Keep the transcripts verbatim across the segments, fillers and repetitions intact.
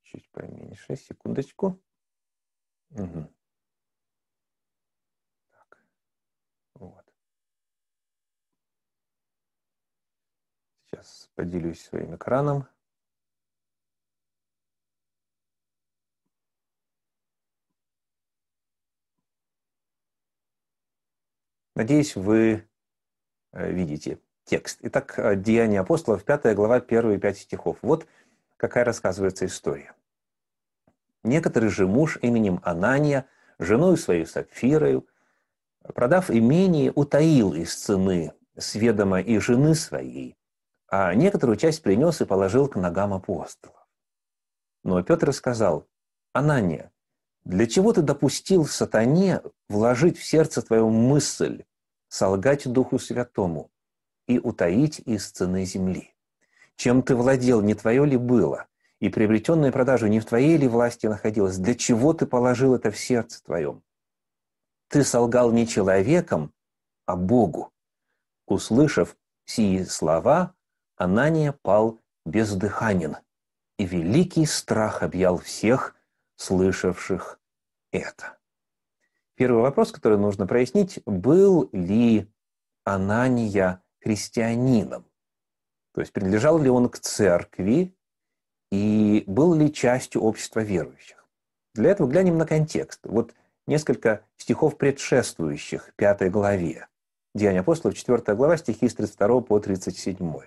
чуть поменьше, секундочку. Угу. Так. Вот. Сейчас поделюсь своим экраном. Надеюсь, вы видите текст. Итак, Деяния апостолов, пятая глава, первые пять стихов. Вот какая рассказывается история. «Некоторый же муж именем Анания, женою своей Сапфирою, продав имение, утаил из цены с ведома и жены своей, а некоторую часть принес и положил к ногам апостолов. Но Петр сказал: Анания, для чего ты допустил сатане вложить в сердце твою мысль, солгать Духу Святому и утаить из цены земли? Чем ты владел, не твое ли было? И приобретенная продажу не в твоей ли власти находилась? Для чего ты положил это в сердце твоем? Ты солгал не человеком, а Богу». Услышав сии слова, Анания пал бездыханен, и великий страх объял всех, слышавших это. Первый вопрос, который нужно прояснить: был ли Анания христианином? То есть принадлежал ли он к церкви и был ли частью общества верующих? Для этого глянем на контекст. Вот несколько стихов, предшествующих пятой главе. Деяния апостолов, четвёртая глава, стихи с тридцать второго по тридцать седьмой.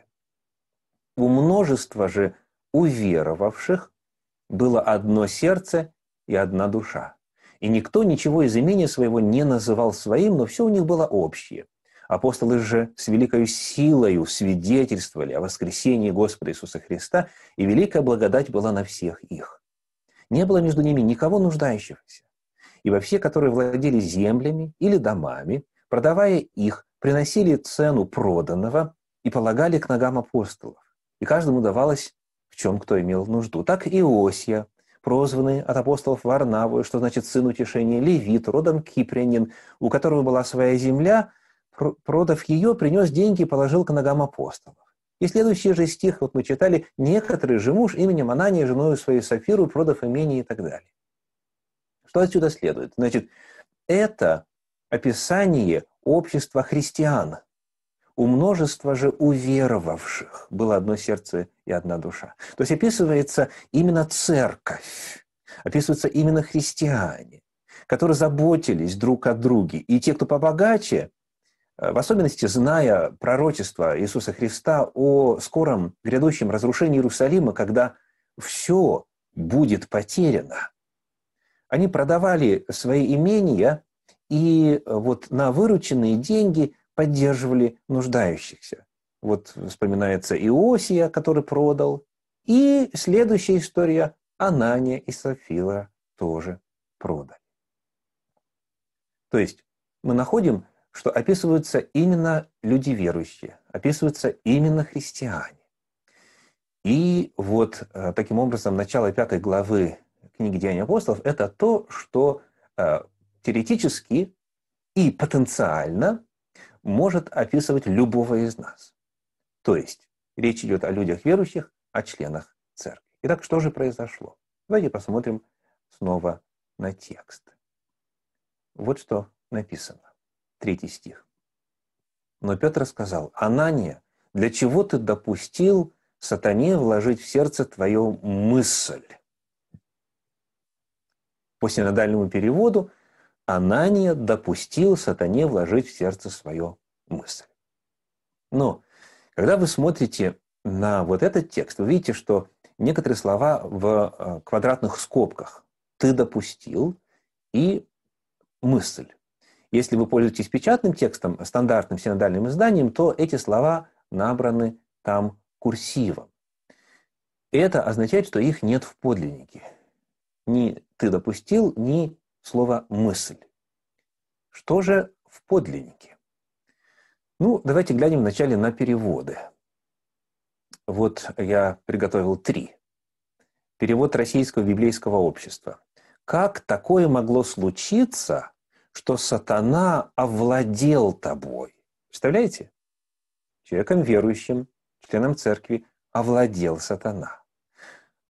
«У множества же уверовавших было одно сердце и одна душа. И никто ничего из имения своего не называл своим, но все у них было общее. Апостолы же с великою силою свидетельствовали о воскресении Господа Иисуса Христа, и великая благодать была на всех их. Не было между ними никого нуждающегося. Ибо все, которые владели землями или домами, продавая их, приносили цену проданного и полагали к ногам апостолов. И каждому давалось, в чем кто имел нужду. Так Иосия, прозванный от апостолов Варнавою, что значит сын утешения, левит, родом кипрянин, у которого была своя земля, продав ее, принес деньги и положил к ногам апостолов. И следующий же стих, вот мы читали: некоторый же муж именем Анания, женою своей Сапфиру, продав имение и так далее. Что отсюда следует? Значит, это описание общества христиан. У множества же уверовавших было одно сердце и одна душа. То есть описывается именно церковь, описываются именно христиане, которые заботились друг о друге. И те, кто побогаче, в особенности зная пророчество Иисуса Христа о скором грядущем разрушении Иерусалима, когда все будет потеряно, они продавали свои имения и вот на вырученные деньги поддерживали нуждающихся. Вот вспоминается Иосия, который продал, и следующая история: Анания и Сапфира тоже продали. То есть мы находим, что описываются именно люди верующие, описываются именно христиане. И вот таким образом начало пятой главы книги Деяний апостолов – это то, что э, теоретически и потенциально может описывать любого из нас. То есть речь идет о людях верующих, о членах церкви. Итак, что же произошло? Давайте посмотрим снова на текст. Вот что написано. Третий стих. «Но Петр сказал: Анания, для чего ты допустил сатане вложить в сердце твою мысль?» По синодальному переводу: Анания допустил сатане вложить в сердце свою мысль. Но когда вы смотрите на вот этот текст, вы видите, что некоторые слова в квадратных скобках: «ты допустил» и «мысль». Если вы пользуетесь печатным текстом, стандартным синодальным изданием, то эти слова набраны там курсивом. И это означает, что их нет в подлиннике. Ни «ты допустил», ни слово «мысль». Что же в подлиннике? Ну, давайте глянем вначале на переводы. Вот я приготовил три. Перевод Российского библейского общества. «Как такое могло случиться, что сатана овладел тобой?» Представляете? Человеком верующим, членом церкви, овладел сатана.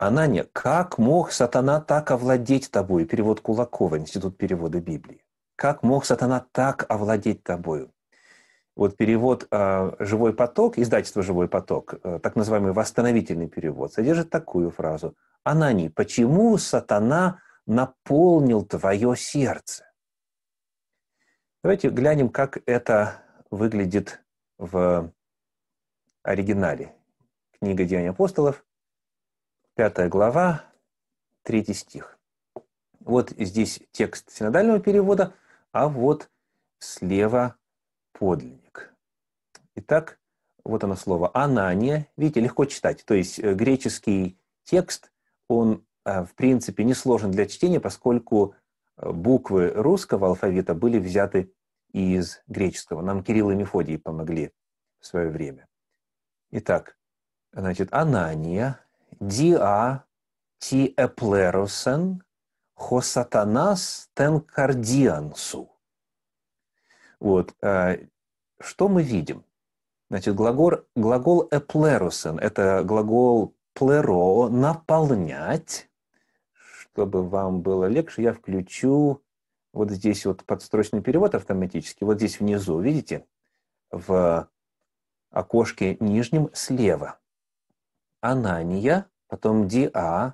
Анания, как мог сатана так овладеть тобой? Перевод Кулакова, Институт перевода Библии. Как мог сатана так овладеть тобою? Вот перевод э, «Живой поток», издательство «Живой поток», э, так называемый восстановительный перевод, содержит такую фразу. «Ананий, почему сатана наполнил твое сердце?» Давайте глянем, как это выглядит в оригинале. Книга «Деяния апостолов», пятая глава, третий стих. Вот здесь текст синодального перевода, а вот слева подлинник. Итак, вот оно слово «анания». Видите, легко читать. То есть греческий текст, он, в принципе, не сложен для чтения, поскольку буквы русского алфавита были взяты из греческого. Нам Кирилл и Мефодий помогли в свое время. Итак, значит, «анания», «диа», «ти эплеросен», «хо сатанас тен кардиансу». Вот. Что мы видим? Значит, глагол, глагол «эплеросен» – это глагол «плеро» – «наполнять». Чтобы вам было легче, я включу вот здесь вот подстрочный перевод автоматически. Вот здесь внизу, видите, в окошке нижнем слева. Анания, потом диа.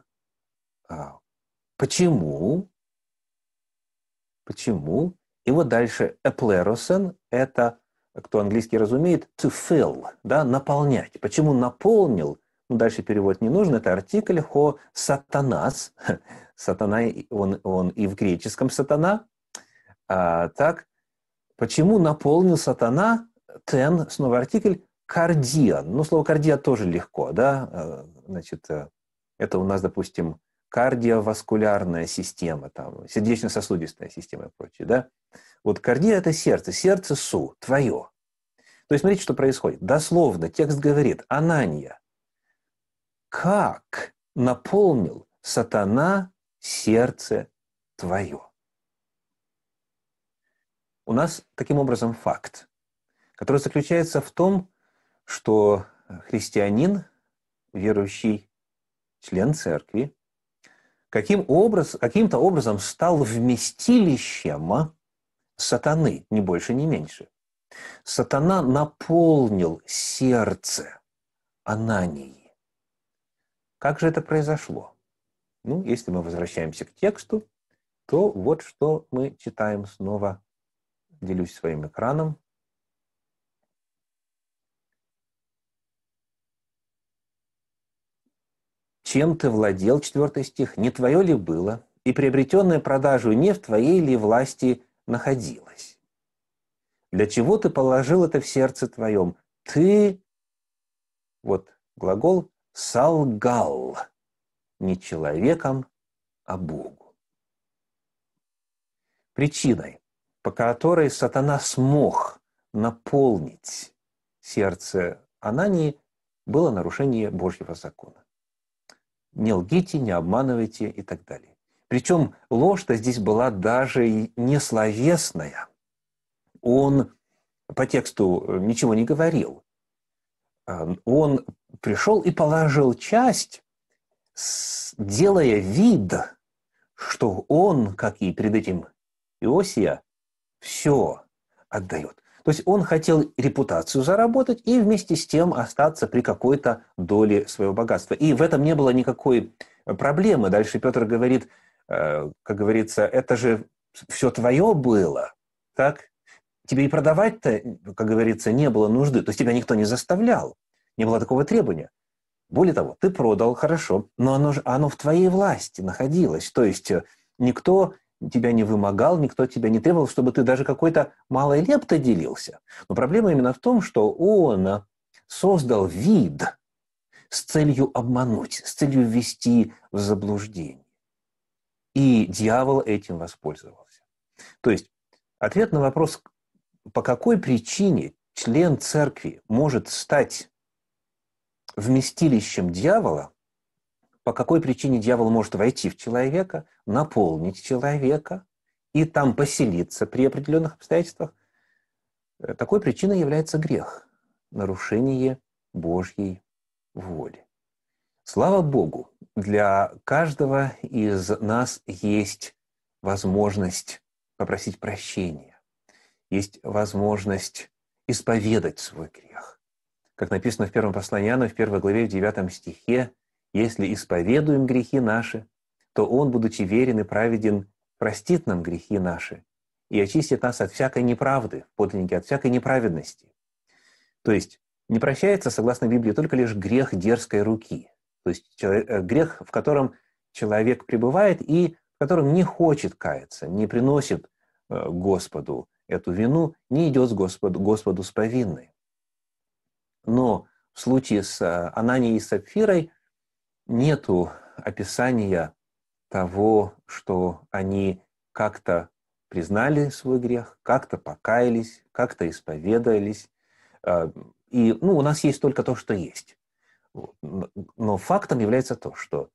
Почему? Почему? И вот дальше эплеросен – это, кто английский разумеет, to fill, да, наполнять. Почему наполнил? Ну, дальше перевод не нужен, это артикль хо сатанас. Сатана, он, он и в греческом сатана. А, так, почему наполнил сатана? Тен, снова артикль, кардиан. Ну, слово кардиа тоже легко, да. Значит, это у нас, допустим, кардиоваскулярная система, там, сердечно-сосудистая система и прочее, да. Вот кардия – это сердце, сердце су, твое. То есть, смотрите, что происходит. Дословно текст говорит, Анания, как наполнил сатана сердце твое. У нас таким образом факт, который заключается в том, что христианин, верующий, член церкви, каким образ, каким-то образом стал вместилищем сатаны, ни больше, ни меньше. Сатана наполнил сердце Анании. Как же это произошло? Ну, если мы возвращаемся к тексту, то вот что мы читаем снова. Делюсь своим экраном. «Чем ты владел?» Четвертый стих. «Не твое ли было? И приобретенное продажу не в твоей ли власти находилось? Для чего ты положил это в сердце твоем? Ты...» Вот глагол «солгал» не человеком, а Богу. Причиной, по которой сатана смог наполнить сердце Анании, было нарушение Божьего закона. Не лгите, не обманывайте и так далее. Причем ложь-то здесь была даже и не словесная. Он по тексту ничего не говорил. Он пришел и положил часть, делая вид, что он, как и перед этим Иосия, все отдает. То есть он хотел репутацию заработать и вместе с тем остаться при какой-то доле своего богатства. И в этом не было никакой проблемы. Дальше Петр говорит, как говорится, это же все твое было, так? Тебе и продавать-то, как говорится, не было нужды. То есть тебя никто не заставлял. Не было такого требования. Более того, ты продал, хорошо, но оно, же, оно в твоей власти находилось. То есть никто тебя не вымогал, никто тебя не требовал, чтобы ты даже какой-то малой лептой делился. Но проблема именно в том, что он создал вид с целью обмануть, с целью ввести в заблуждение. И дьявол этим воспользовался. То есть ответ на вопрос, по какой причине член церкви может стать вместилищем дьявола, по какой причине дьявол может войти в человека, наполнить человека и там поселиться при определенных обстоятельствах, такой причиной является грех, нарушение Божьей воли. Слава Богу, для каждого из нас есть возможность попросить прощения, есть возможность исповедать свой грех. Как написано в первом послании Иоанна, в первой главе, в девятом стихе, «Если исповедуем грехи наши, то Он, будучи верен и праведен, простит нам грехи наши и очистит нас от всякой неправды», в подлиннике, от всякой неправедности. То есть не прощается, согласно Библии, только лишь грех дерзкой руки. То есть человек, грех, в котором человек пребывает и в котором не хочет каяться, не приносит Господу эту вину, не идет с Господу, Господу с повинной. Но в случае с Ананией и Сапфирой нету описания того, что они как-то признали свой грех, как-то покаялись, как-то исповедались. И ну, у нас есть только то, что есть. Но фактом является то, что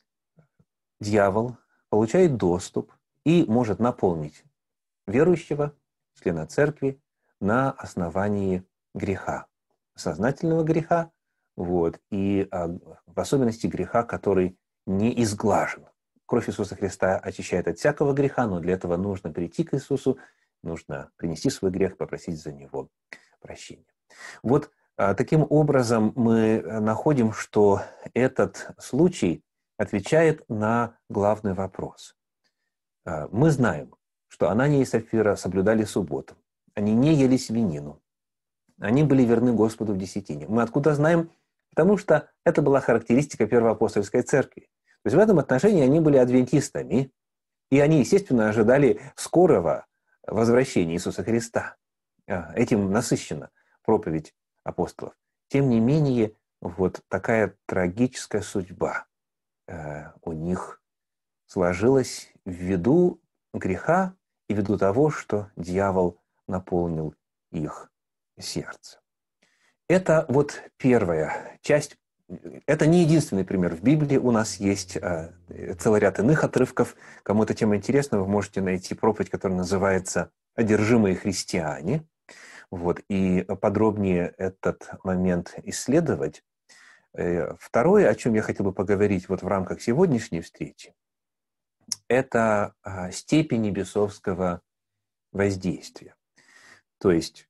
дьявол получает доступ и может наполнить верующего, члена церкви, на основании греха, сознательного греха, вот, и а, в особенности греха, который не изглажен. Кровь Иисуса Христа очищает от всякого греха, но для этого нужно прийти к Иисусу, нужно принести свой грех, попросить за него прощения. Вот а, таким образом мы находим, что этот случай отвечает на главный вопрос. А, мы знаем, что Анания и Сапфира соблюдали субботу. Они не ели свинину. Они были верны Господу в десятине. Мы откуда знаем? Потому что это была характеристика Первоапостольской церкви. То есть в этом отношении они были адвентистами, и они, естественно, ожидали скорого возвращения Иисуса Христа. Этим насыщена проповедь апостолов. Тем не менее, вот такая трагическая судьба у них сложилась ввиду греха и ввиду того, что дьявол наполнил их сердце. Это вот первая часть. Это не единственный пример. В Библии у нас есть э, целый ряд иных отрывков. Кому эта тема интересна, вы можете найти проповедь, которая называется «Одержимые христиане». Вот, и подробнее этот момент исследовать. Э, второе, о чем я хотел бы поговорить вот в рамках сегодняшней встречи, это э, степень бесовского воздействия. То есть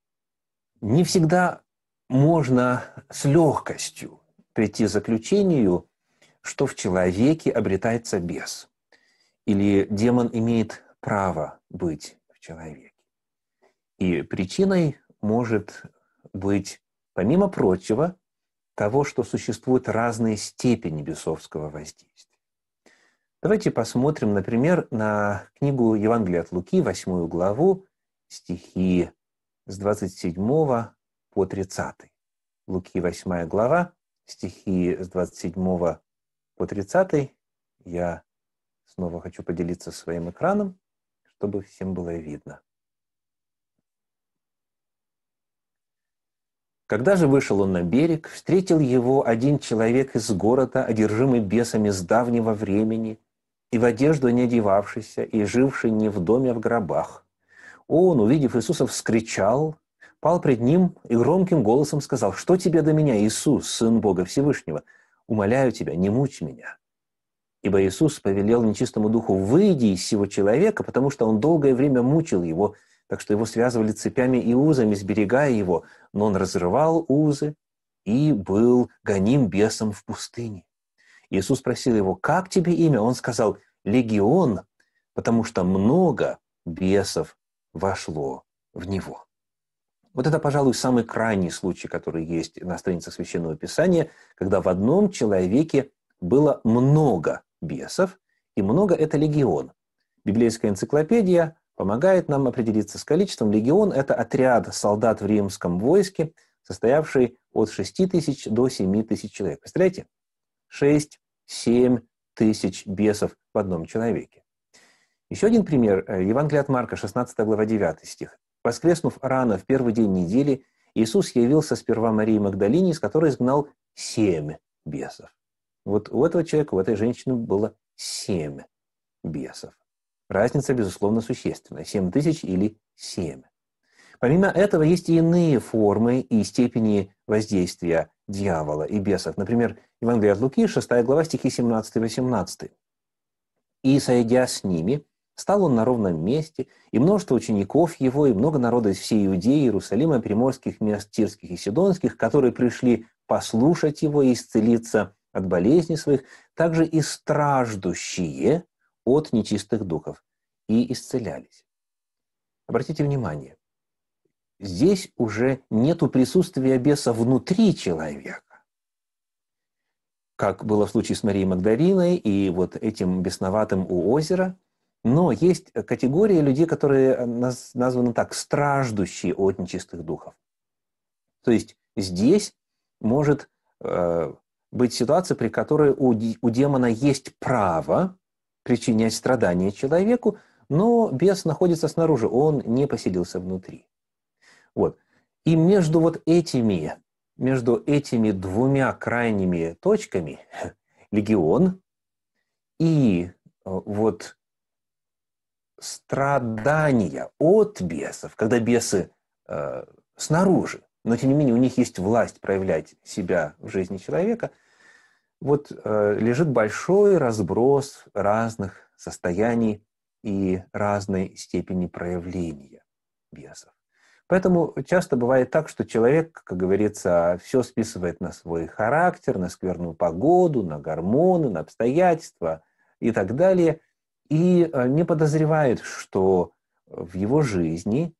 не всегда можно с легкостью прийти к заключению, что в человеке обретается бес, или демон имеет право быть в человеке. И причиной может быть, помимо прочего, того, что существуют разные степени бесовского воздействия. Давайте посмотрим, например, на книгу Евангелия от Луки, восьмую главу, стихи с двадцать седьмого по тридцатый. Луки, восьмая глава, стихи с двадцать седьмого по тридцатый. Я снова хочу поделиться своим экраном, чтобы всем было видно. Когда же вышел он на берег, встретил его один человек из города, одержимый бесами с давнего времени, и в одежду не одевавшийся, и живший не в доме, а в гробах. Он, увидев Иисуса, вскричал, пал пред ним и громким голосом сказал: «Что тебе до меня, Иисус, Сын Бога Всевышнего? Умоляю тебя, не мучь меня». Ибо Иисус повелел нечистому духу: «Выйди из сего человека», потому что он долгое время мучил его, так что его связывали цепями и узами, сберегая его, но он разрывал узы и был гоним бесом в пустыне. Иисус спросил его: «Как тебе имя?» Он сказал: «Легион», потому что много бесов вошло в него. Вот это, пожалуй, самый крайний случай, который есть на страницах Священного Писания, когда в одном человеке было много бесов, и много – это легион. Библейская энциклопедия помогает нам определиться с количеством. Легион – это отряд солдат в римском войске, состоявший от шести тысяч до семи тысяч человек. Представляете? шесть-семь тысяч бесов в одном человеке. Еще один пример. Евангелие от Марка, шестнадцатая глава, девятый стих. «Воскреснув рано в первый день недели, Иисус явился сперва Марии Магдалине, из которой изгнал семь бесов». Вот у этого человека, у этой женщины было семь бесов. Разница, безусловно, существенная. Семь тысяч или семь. Помимо этого, есть и иные формы и степени воздействия дьявола и бесов. Например, Евангелие от Луки, шестая глава, стихи семнадцатый-восемнадцатый. «И, сойдя с ними, стал он на ровном месте, и множество учеников его, и много народа из всей Иудеи, Иерусалима, приморских мест Тирских и Сидонских, которые пришли послушать его и исцелиться от болезней своих, также и страждущие от нечистых духов, и исцелялись». Обратите внимание, здесь уже нету присутствия беса внутри человека, как было в случае с Марией Магдалиной и вот этим бесноватым у озера. Но есть категория людей, которые названы так, страждущие от нечистых духов. То есть здесь может э, быть ситуация, при которой у, у демона есть право причинять страдания человеку, но бес находится снаружи, он не поселился внутри. Вот. И между вот этими, между этими двумя крайними точками, легион и вот страдания от бесов, когда бесы э, снаружи, но тем не менее у них есть власть проявлять себя в жизни человека, вот э, лежит большой разброс разных состояний и разной степени проявления бесов. Поэтому часто бывает так, что человек, как говорится, все списывает на свой характер, на скверную погоду, на гормоны, на обстоятельства и так далее, и не подозревает, что в его жизни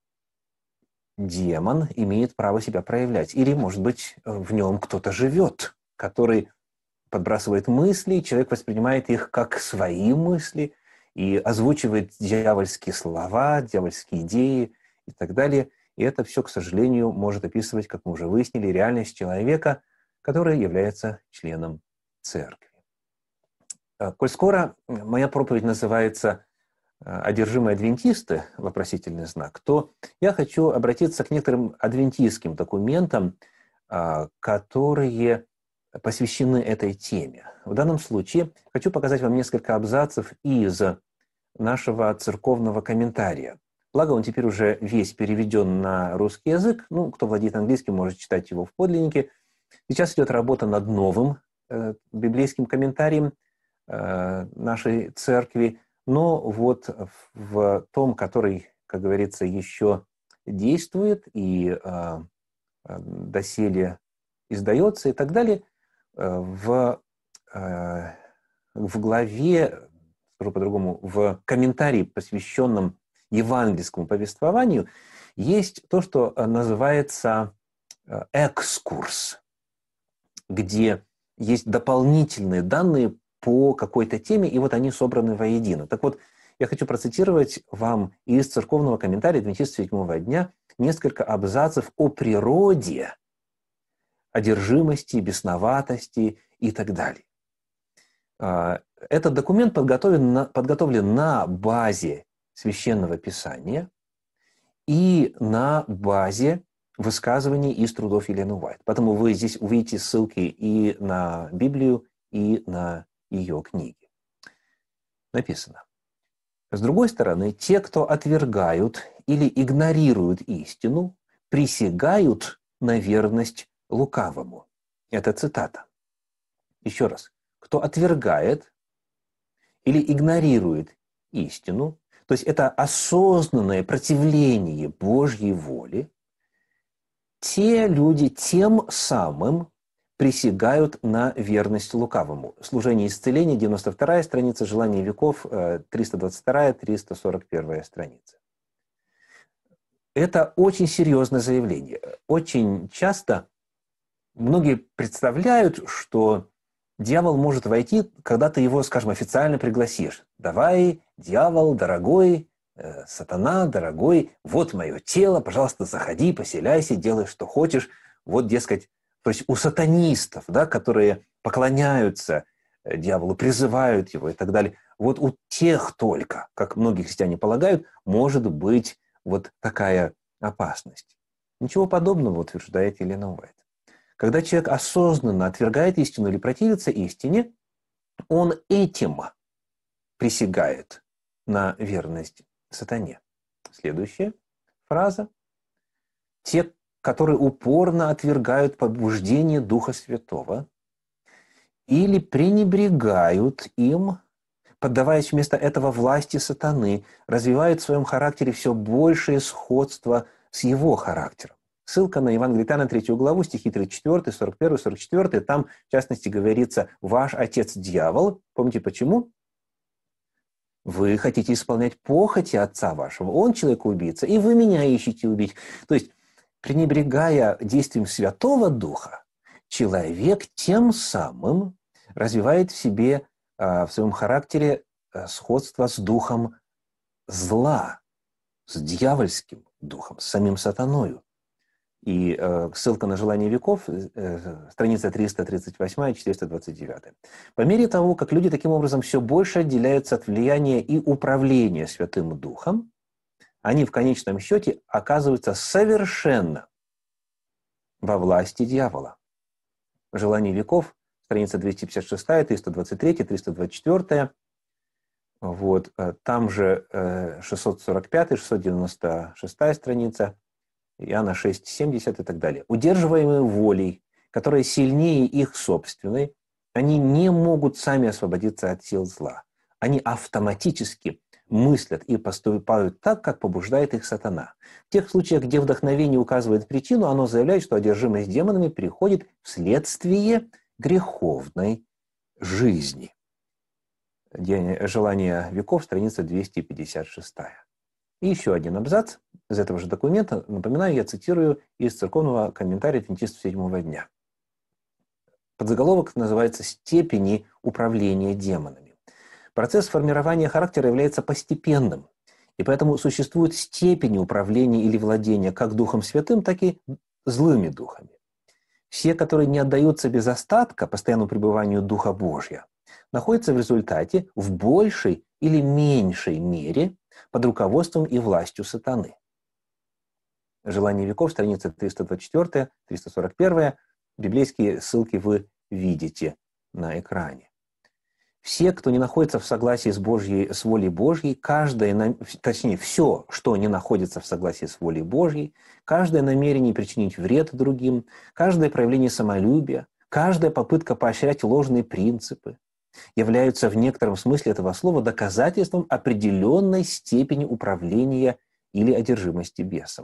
демон имеет право себя проявлять. Или, может быть, в нем кто-то живет, который подбрасывает мысли, человек воспринимает их как свои мысли и озвучивает дьявольские слова, дьявольские идеи и так далее. И это все, к сожалению, может описывать, как мы уже выяснили, реальность человека, который является членом церкви. Коль скоро моя проповедь называется «Одержимые адвентисты», вопросительный знак, то я хочу обратиться к некоторым адвентистским документам, которые посвящены этой теме. В данном случае хочу показать вам несколько абзацев из нашего церковного комментария. Благо, он теперь уже весь переведен на русский язык. Ну, кто владеет английским, может читать его в подлиннике. Сейчас идет работа над новым э, библейским комментарием э, нашей церкви. Но вот в, в том, который, как говорится, еще действует и э, доселе издается и так далее, э, в, э, в главе, скажу по-другому, в комментарии, посвященном евангельскому повествованию, есть то, что называется экскурс, где есть дополнительные данные по какой-то теме, и вот они собраны воедино. Так вот, я хочу процитировать вам из церковного комментария адвентистов седьмого дня несколько абзацев о природе одержимости, бесноватости и так далее. Этот документ подготовлен на, подготовлен на базе Священного Писания и на базе высказываний из трудов Елены Уайт. Поэтому вы здесь увидите ссылки и на Библию, и на ее книги. Написано. С другой стороны, те, кто отвергают или игнорируют истину, присягают на верность лукавому. Это цитата. Еще раз. Кто отвергает или игнорирует истину, то есть это осознанное противление Божьей воле, те люди тем самым присягают на верность лукавому. Служение исцеления, девяносто вторая страница, Желание веков, триста двадцать вторая триста сорок первая страница. Это очень серьезное заявление. Очень часто многие представляют, что дьявол может войти, когда ты его, скажем, официально пригласишь. Давай, дьявол, дорогой, э, сатана, дорогой, вот мое тело, пожалуйста, заходи, поселяйся, делай, что хочешь. Вот, дескать, то есть у сатанистов, да, которые поклоняются дьяволу, призывают его и так далее, вот у тех только, как многие христиане полагают, может быть вот такая опасность. Ничего подобного, утверждает Елена Уайт. Когда человек осознанно отвергает истину или противится истине, он этим присягает на верность сатане. Следующая фраза. те, которые упорно отвергают побуждение Духа Святого или пренебрегают им, поддаваясь вместо этого власти сатаны, развивают в своем характере все большее сходство с его характером. Ссылка на Евангелие от Иоанна, третью главу, стихи тридцать четыре, сорок один, сорок четыре. Там, в частности, говорится: «Ваш отец дьявол». Помните, почему? Вы хотите исполнять похоти отца вашего. Он человек-убийца, и вы меня ищете убить. То есть, пренебрегая действием Святого Духа, человек тем самым развивает в себе, в своем характере, сходство с духом зла, с дьявольским духом, с самим сатаною. И э, ссылка на «Желание веков», э, страница триста тридцать восемь, четыреста двадцать девять. По мере того, как люди таким образом все больше отделяются от влияния и управления Святым Духом, они в конечном счете оказываются совершенно во власти дьявола. «Желание веков», страница двести пятьдесят шесть, триста двадцать три, триста двадцать четыре. Вот. Там же э, шестьсот сорок пять, шестьсот девяносто шесть страница. Иоанна шесть семьдесят и так далее. Удерживаемые волей, которая сильнее их собственной, они не могут сами освободиться от сил зла. Они автоматически мыслят и поступают так, как побуждает их сатана. В тех случаях, где вдохновение указывает причину, оно заявляет, что одержимость демонами приходит вследствие греховной жизни. «Желание веков», страница двести пятьдесят шесть. И еще один абзац из этого же документа. Напоминаю, я цитирую из церковного комментария адвентистов седьмого дня. Подзаголовок называется «Степени управления демонами». Процесс формирования характера является постепенным, и поэтому существуют степени управления или владения как Духом Святым, так и злыми духами. Все, которые не отдаются без остатка постоянному пребыванию Духа Божия, находятся в результате в большей или меньшей мере под руководством и властью сатаны. «Желание веков», страница триста двадцать четыре, триста сорок один. Библейские ссылки вы видите на экране. Все, кто не находится в согласии с, Божьей, с волей Божьей, каждое, точнее, все, что не находится в согласии с волей Божьей, каждое намерение причинить вред другим, каждое проявление самолюбия, каждая попытка поощрять ложные принципы, являются в некотором смысле этого слова доказательством определенной степени управления или одержимости бесом.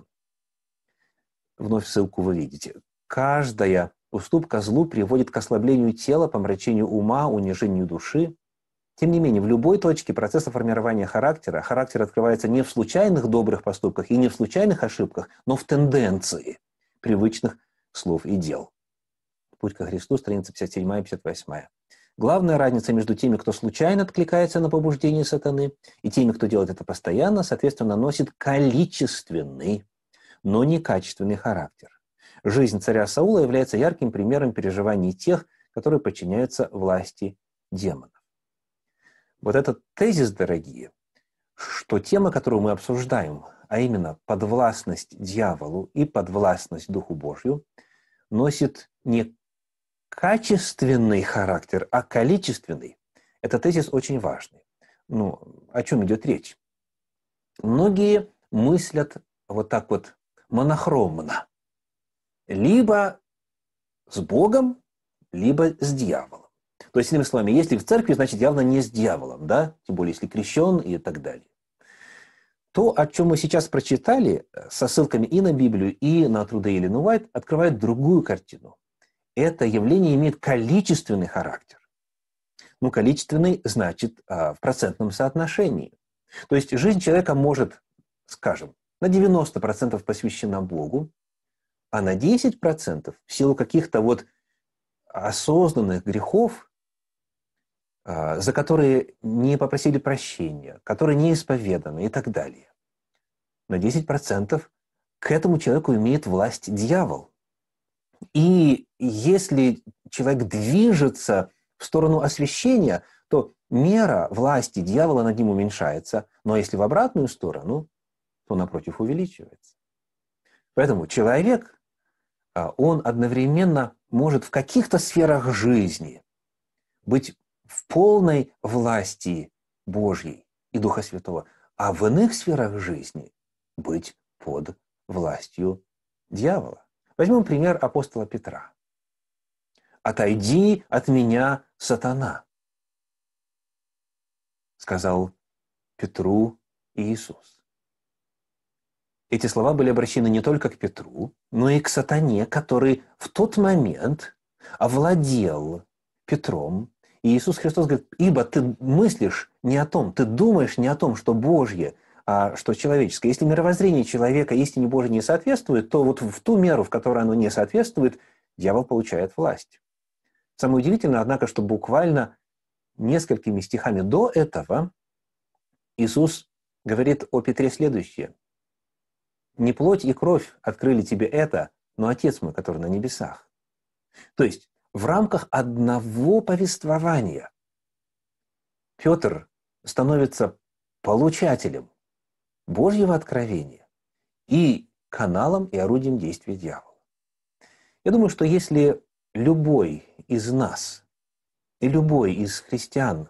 Вновь ссылку вы видите. Каждая уступка злу приводит к ослаблению тела, помрачению ума, унижению души. Тем не менее, в любой точке процесса формирования характера характер открывается не в случайных добрых поступках и не в случайных ошибках, но в тенденции привычных слов и дел. «Путь ко Христу», страница пятьдесят семь и пятьдесят восемь. Главная разница между теми, кто случайно откликается на побуждение сатаны, и теми, кто делает это постоянно, соответственно, носит количественный, но не качественный характер. Жизнь царя Саула является ярким примером переживаний тех, которые подчиняются власти демонов. Вот этот тезис, дорогие, что тема, которую мы обсуждаем, а именно подвластность дьяволу и подвластность Духу Божию, носит не качественный характер, а количественный. Этот тезис очень важный. Ну, о чем идет речь? Многие мыслят вот так вот монохромно. Либо с Богом, либо с дьяволом. То есть, иными словами, если в церкви, значит, явно не с дьяволом, да? Тем более, если крещен и так далее. То, о чем мы сейчас прочитали, со ссылками и на Библию, и на труды Эллен Уайт, открывает другую картину. Это явление имеет количественный характер. Ну, количественный значит а, в процентном соотношении. То есть жизнь человека может, скажем, на девяносто процентов посвящена Богу, а на десять процентов в силу каких-то вот осознанных грехов, а, за которые не попросили прощения, которые не исповеданы и так далее. На десять процентов к этому человеку имеет власть дьявол. И если человек движется в сторону освящения, то мера власти дьявола над ним уменьшается, но если в обратную сторону, то напротив увеличивается. Поэтому человек, он одновременно может в каких-то сферах жизни быть в полной власти Божьей и Духа Святого, а в иных сферах жизни быть под властью дьявола. Возьмем пример апостола Петра. «Отойди от меня, сатана», сказал Петру Иисус. Эти слова были обращены не только к Петру, но и к сатане, который в тот момент овладел Петром. И Иисус Христос говорит: «Ибо ты мыслишь не о том, ты думаешь не о том, что Божье, а что человеческое. Если мировоззрение человека истине Божьей не соответствует, то вот в ту меру, в которой оно не соответствует, дьявол получает власть». Самое удивительное, однако, что буквально несколькими стихами до этого Иисус говорит о Петре следующее: «Не плоть и кровь открыли тебе это, но Отец мой, который на небесах». То есть в рамках одного повествования Петр становится получателем Божьего откровения и каналом и орудием действия дьявола. Я думаю, что если любой из нас и любой из христиан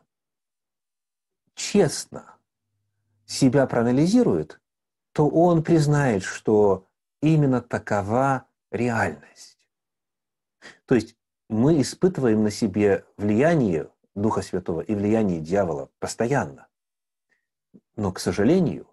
честно себя проанализирует, то он признает, что именно такова реальность. То есть мы испытываем на себе влияние Духа Святого и влияние дьявола постоянно. Но, к сожалению,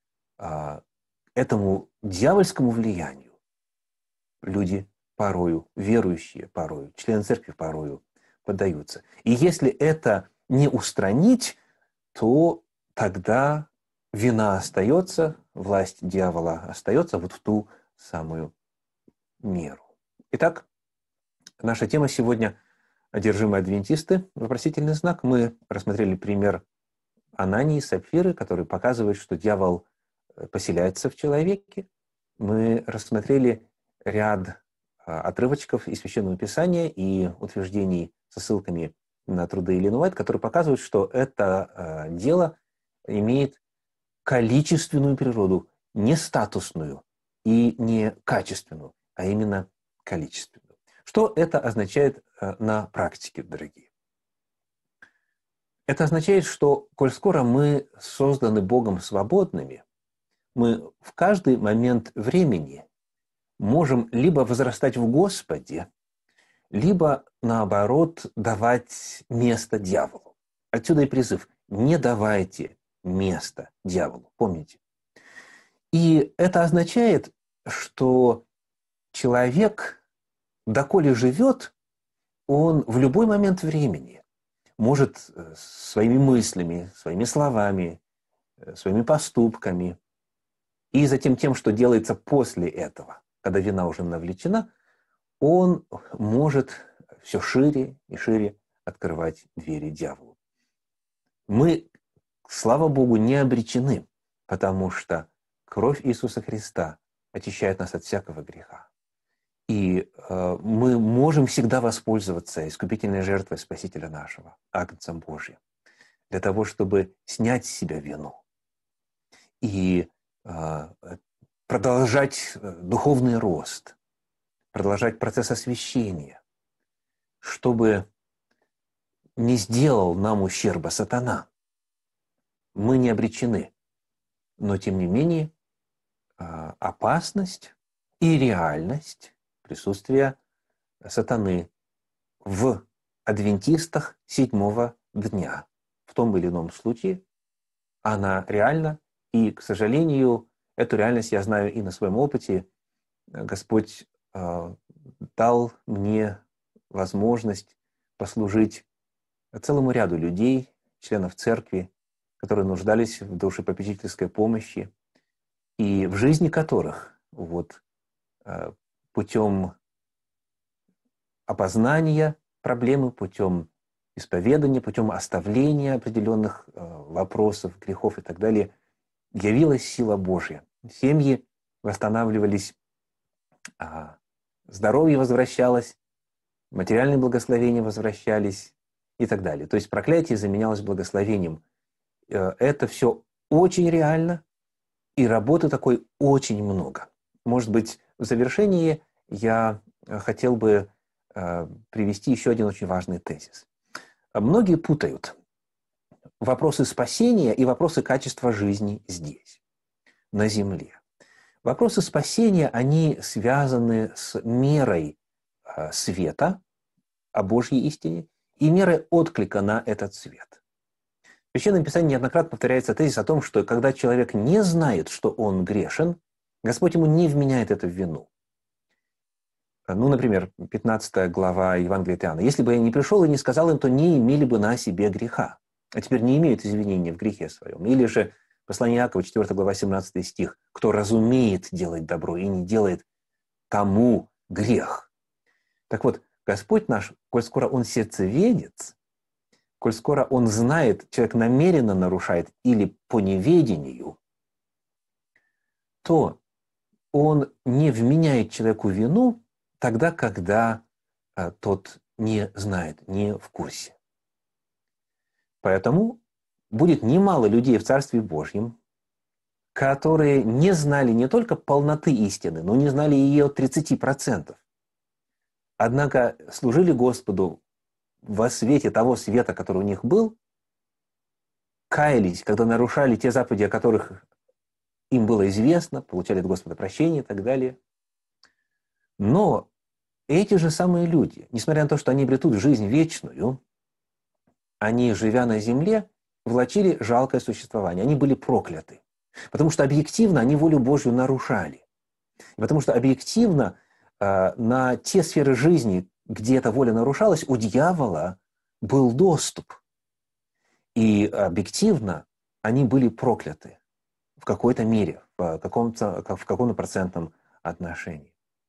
этому дьявольскому влиянию люди порою, верующие порою, члены церкви порою поддаются. И если это не устранить, то тогда вина остается, власть дьявола остается вот в ту самую меру. Итак, наша тема сегодня – одержимые адвентисты, вопросительный знак. Мы рассмотрели пример Анании и Сапфиры, который показывает, что дьявол поселяется в человеке. Мы рассмотрели ряд отрывочков из Священного Писания и утверждений со ссылками на труды Эллен Уайт, которые показывают, что это дело имеет количественную природу, не статусную и не качественную, а именно количественную. Что это означает на практике, дорогие? Это означает, что, коль скоро мы созданы Богом свободными, мы в каждый момент времени можем либо возрастать в Господе, либо, наоборот, давать место дьяволу. Отсюда и призыв: не давайте место дьяволу. Помните? И это означает, что человек, доколе живет, он в любой момент времени может своими мыслями, своими словами, своими поступками и затем тем, что делается после этого, когда вина уже навлечена, он может все шире и шире открывать двери дьяволу. Мы, слава Богу, не обречены, потому что кровь Иисуса Христа очищает нас от всякого греха. И э, мы можем всегда воспользоваться искупительной жертвой Спасителя нашего, Агнцем Божьим, для того, чтобы снять с себя вину и э, продолжать духовный рост, продолжать процесс освящения, чтобы не сделал нам ущерба сатана. Мы не обречены, но тем не менее опасность и реальность присутствия сатаны в адвентистах седьмого дня в том или ином случае, она реальна, и, к сожалению, эту реальность я знаю и на своем опыте. Господь э, дал мне возможность послужить целому ряду людей, членов церкви, которые нуждались в душепопечительской помощи, и в жизни которых вот, э, путем опознания проблемы, путем исповедания, путем оставления определенных э, вопросов, грехов и так далее, явилась сила Божья. Семьи восстанавливались, э, здоровье возвращалось, материальные благословения возвращались и так далее. То есть проклятие заменялось благословением. Э, это все очень реально, и работы такой очень много. Может быть, в завершении я хотел бы э, привести еще один очень важный тезис. Многие путают вопросы спасения и вопросы качества жизни здесь, на земле. Вопросы спасения, они связаны с мерой света о Божьей истине и мерой отклика на этот свет. В Священном Писании неоднократно повторяется тезис о том, что когда человек не знает, что он грешен, Господь ему не вменяет это в вину. Ну, например, пятнадцатая глава Евангелия от Иоанна. «Если бы я не пришел и не сказал им, то не имели бы на себе греха, а теперь не имеют извинения в грехе своем». Или же послание Иакова, четвёртая глава, семнадцатый стих. «Кто разумеет делать добро и не делает, тому грех». Так вот, Господь наш, коль скоро Он сердцеведец, коль скоро Он знает, человек намеренно нарушает или по неведению, то Он не вменяет человеку вину тогда, когда а, тот не знает, не в курсе. Поэтому будет немало людей в Царстве Божьем, которые не знали не только полноты истины, но не знали ее тридцать процентов. Однако служили Господу во свете того света, который у них был, каялись, когда нарушали те заповеди, о которых им было известно, получали от Господа прощение и так далее. Но эти же самые люди, несмотря на то, что они обретут жизнь вечную, они, живя на земле, влачили жалкое существование. Они были прокляты. Потому что объективно они волю Божью нарушали. И потому что объективно э, на те сферы жизни, где эта воля нарушалась, у дьявола был доступ. И объективно они были прокляты в какой-то мере, в каком-то, в каком-то процентном отношении.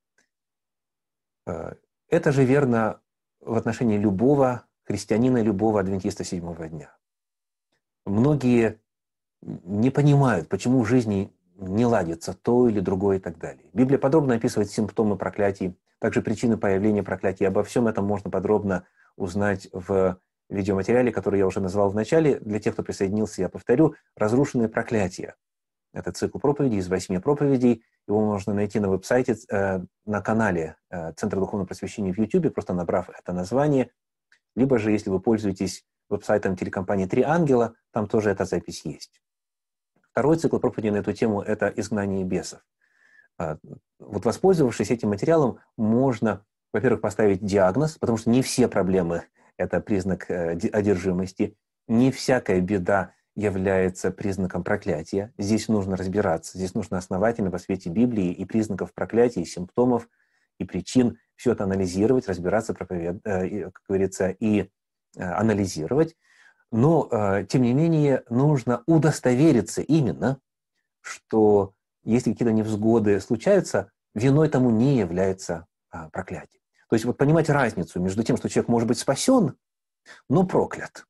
Это же верно в отношении любого христианина, любого адвентиста седьмого дня. Многие не понимают, почему в жизни не ладится то или другое и так далее. Библия подробно описывает симптомы проклятий, также причины появления проклятий. Обо всем этом можно подробно узнать в видеоматериале, который я уже назвал в начале. Для тех, кто присоединился, я повторю. «Разрушенные проклятия». Это цикл проповедей из восьми проповедей. Его можно найти на веб-сайте, э, на канале э, Центра Духовного Просвещения в YouTube, просто набрав это название. Либо же, если вы пользуетесь веб-сайтом телекомпании «Три ангела», там тоже эта запись есть. Второй цикл проповедей на эту тему – это «Изгнание бесов». Э, вот воспользовавшись этим материалом, можно, во-первых, поставить диагноз, потому что не все проблемы – это признак э, одержимости, не всякая беда является признаком проклятия. Здесь нужно разбираться, здесь нужно основательно во свете Библии и признаков проклятия, и симптомов, и причин все это анализировать, разбираться, проповед... как говорится, и анализировать. Но, тем не менее, нужно удостовериться именно, что если какие-то невзгоды случаются, виной тому не является проклятие. То есть вот понимать разницу между тем, что человек может быть спасен, но проклят.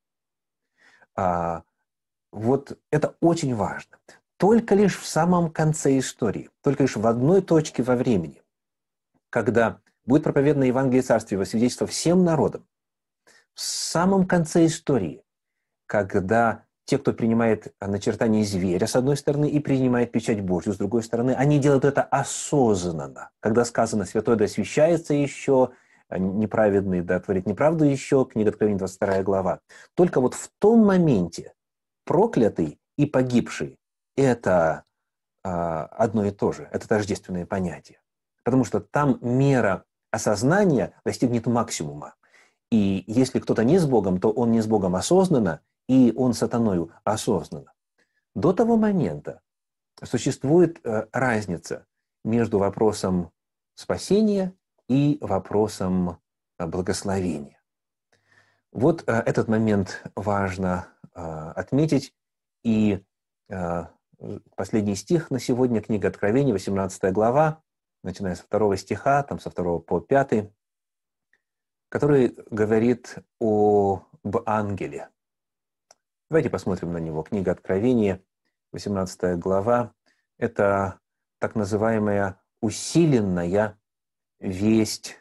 Вот это очень важно. Только лишь в самом конце истории, только лишь в одной точке во времени, когда будет проповедано Евангелие Царствия во свидетельство всем народам, в самом конце истории, когда те, кто принимает начертание зверя с одной стороны и принимает печать Божью с другой стороны, они делают это осознанно. Когда сказано «святой да освящается еще», «неправедный да творит неправду еще», книга Откровения, двадцать вторая глава. Только вот в том моменте проклятый и погибший – это а, одно и то же, это тождественное понятие. Потому что там мера осознания достигнет максимума. И если кто-то не с Богом, то он не с Богом осознанно, и он сатаною осознанно. До того момента существует э, разница между вопросом спасения и вопросом э, благословения. Вот э, этот момент важно э, отметить. И э, последний стих на сегодня, книга Откровения, восемнадцатая глава, начиная со второго стиха, там со второго по пятый, который говорит об ангеле. Давайте посмотрим на него. Книга Откровения, восемнадцатая глава. Это так называемая усиленная весть,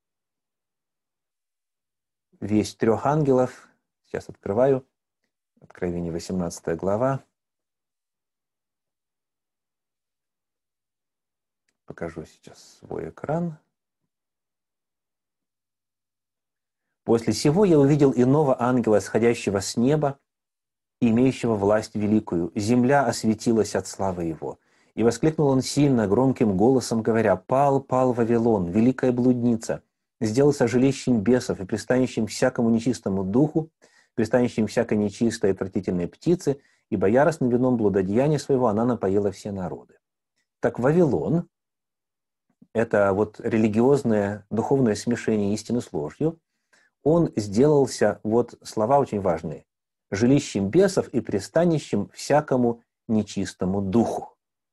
весть трех ангелов. Сейчас открываю. Откровение, восемнадцатая глава. Покажу сейчас свой экран. «После сего я увидел иного ангела, сходящего с неба, имеющего власть великую. Земля осветилась от славы его, И воскликнул он сильно, громким голосом, говоря: «Пал, пал Вавилон, великая блудница, сделался жилищем бесов и пристанищем всякому нечистому духу, пристанищем всякой нечистой и отвратительной птицы, ибо яростным вином блудодеяния своего она напоила все народы». Так Вавилон – это вот религиозное, духовное смешение истины с ложью. Он сделался, вот слова очень важные, жилищем бесов и пристанищем всякому нечистому духу.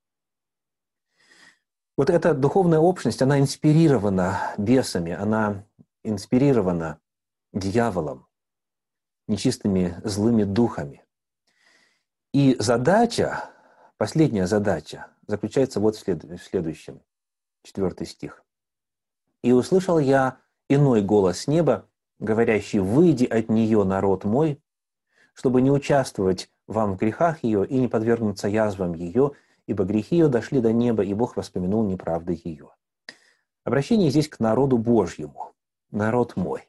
Вот эта духовная общность, она инспирирована бесами, она инспирирована дьяволом, нечистыми злыми духами. И задача, последняя задача, заключается вот в следующем, четвертый стих. «И услышал я иной голос с неба, говорящий: выйди от нее, народ мой, чтобы не участвовать вам в грехах ее и не подвергнуться язвам ее, ибо грехи ее дошли до неба, и Бог воспомянул неправды ее». Обращение здесь к народу Божьему. Народ мой.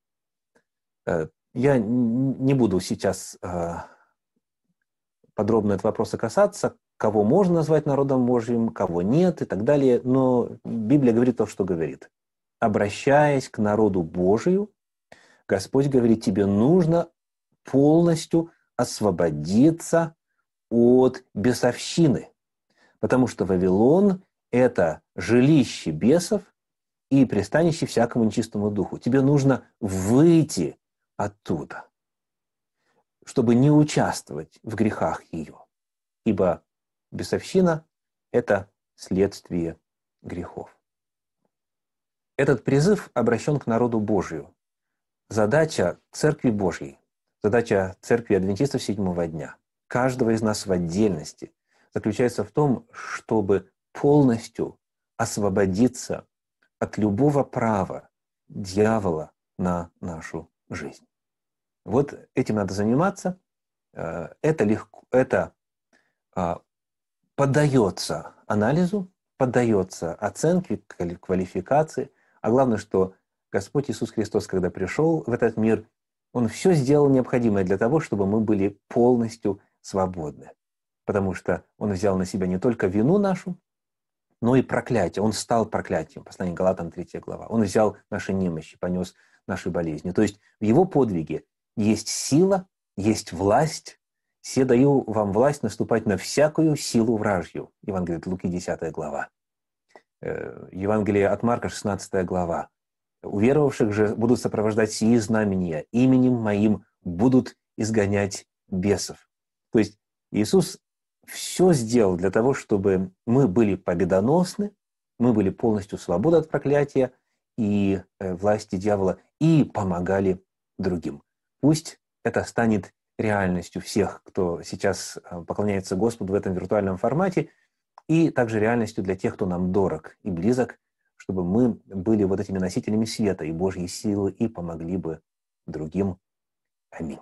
Я не буду сейчас подробно этого вопроса касаться, кого можно назвать народом Божьим, кого нет и так далее, но Библия говорит то, что говорит. Обращаясь к народу Божию, Господь говорит: тебе нужно полностью освободиться от бесовщины, потому что Вавилон – это жилище бесов и пристанище всякому нечистому духу. Тебе нужно выйти оттуда, чтобы не участвовать в грехах ее, ибо бесовщина – это следствие грехов. Этот призыв обращен к народу Божию. Задача Церкви Божьей, задача Церкви Адвентистов седьмого дня, каждого из нас в отдельности, заключается в том, чтобы полностью освободиться от любого права дьявола на нашу жизнь. Вот этим надо заниматься. Это легко, это поддается анализу, поддается оценке, квалификации. А главное, что Господь Иисус Христос, когда пришел в этот мир, Он все сделал необходимое для того, чтобы мы были полностью свободны. Потому что Он взял на себя не только вину нашу, но и проклятие. Он стал проклятием. Послание Галатам, третья глава. Он взял наши немощи, понес наши болезни. То есть в Его подвиге есть сила, есть власть. «Се даю вам власть наступать на всякую силу вражью». Евангелие от Луки, десятая глава. Евангелие от Марка, шестнадцатая глава. «Уверовавших же будут сопровождать сии знамения, именем моим будут изгонять бесов». То есть Иисус все сделал для того, чтобы мы были победоносны, мы были полностью свободны от проклятия и власти дьявола и помогали другим. Пусть это станет реальностью всех, кто сейчас поклоняется Господу в этом виртуальном формате, и также реальностью для тех, кто нам дорог и близок, чтобы мы были вот этими носителями света и Божьей силы и помогли бы другим. Аминь.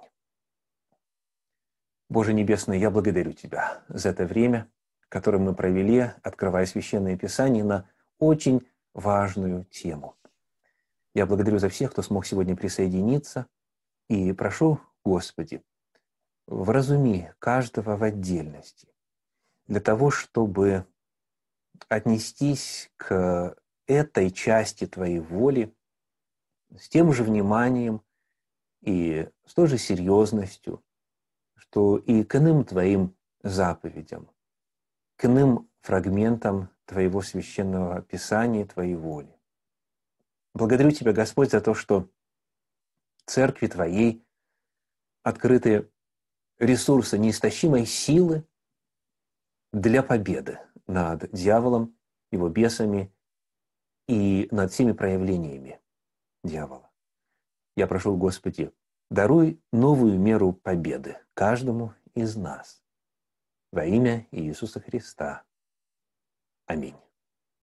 Боже Небесный, я благодарю Тебя за это время, которое мы провели, открывая Священное Писание на очень важную тему. Я благодарю за всех, кто смог сегодня присоединиться, и прошу, Господи, вразуми каждого в отдельности для того, чтобы отнестись к этой части Твоей воли с тем же вниманием и с той же серьезностью, что и к иным Твоим заповедям, к иным фрагментам Твоего священного Писания, Твоей воли. Благодарю Тебя, Господь, за то, что в Церкви Твоей открыты ресурсы неистощимой силы для победы над дьяволом, его бесами и над всеми проявлениями дьявола. Я прошу, Господи, даруй новую меру победы каждому из нас. Во имя Иисуса Христа. Аминь.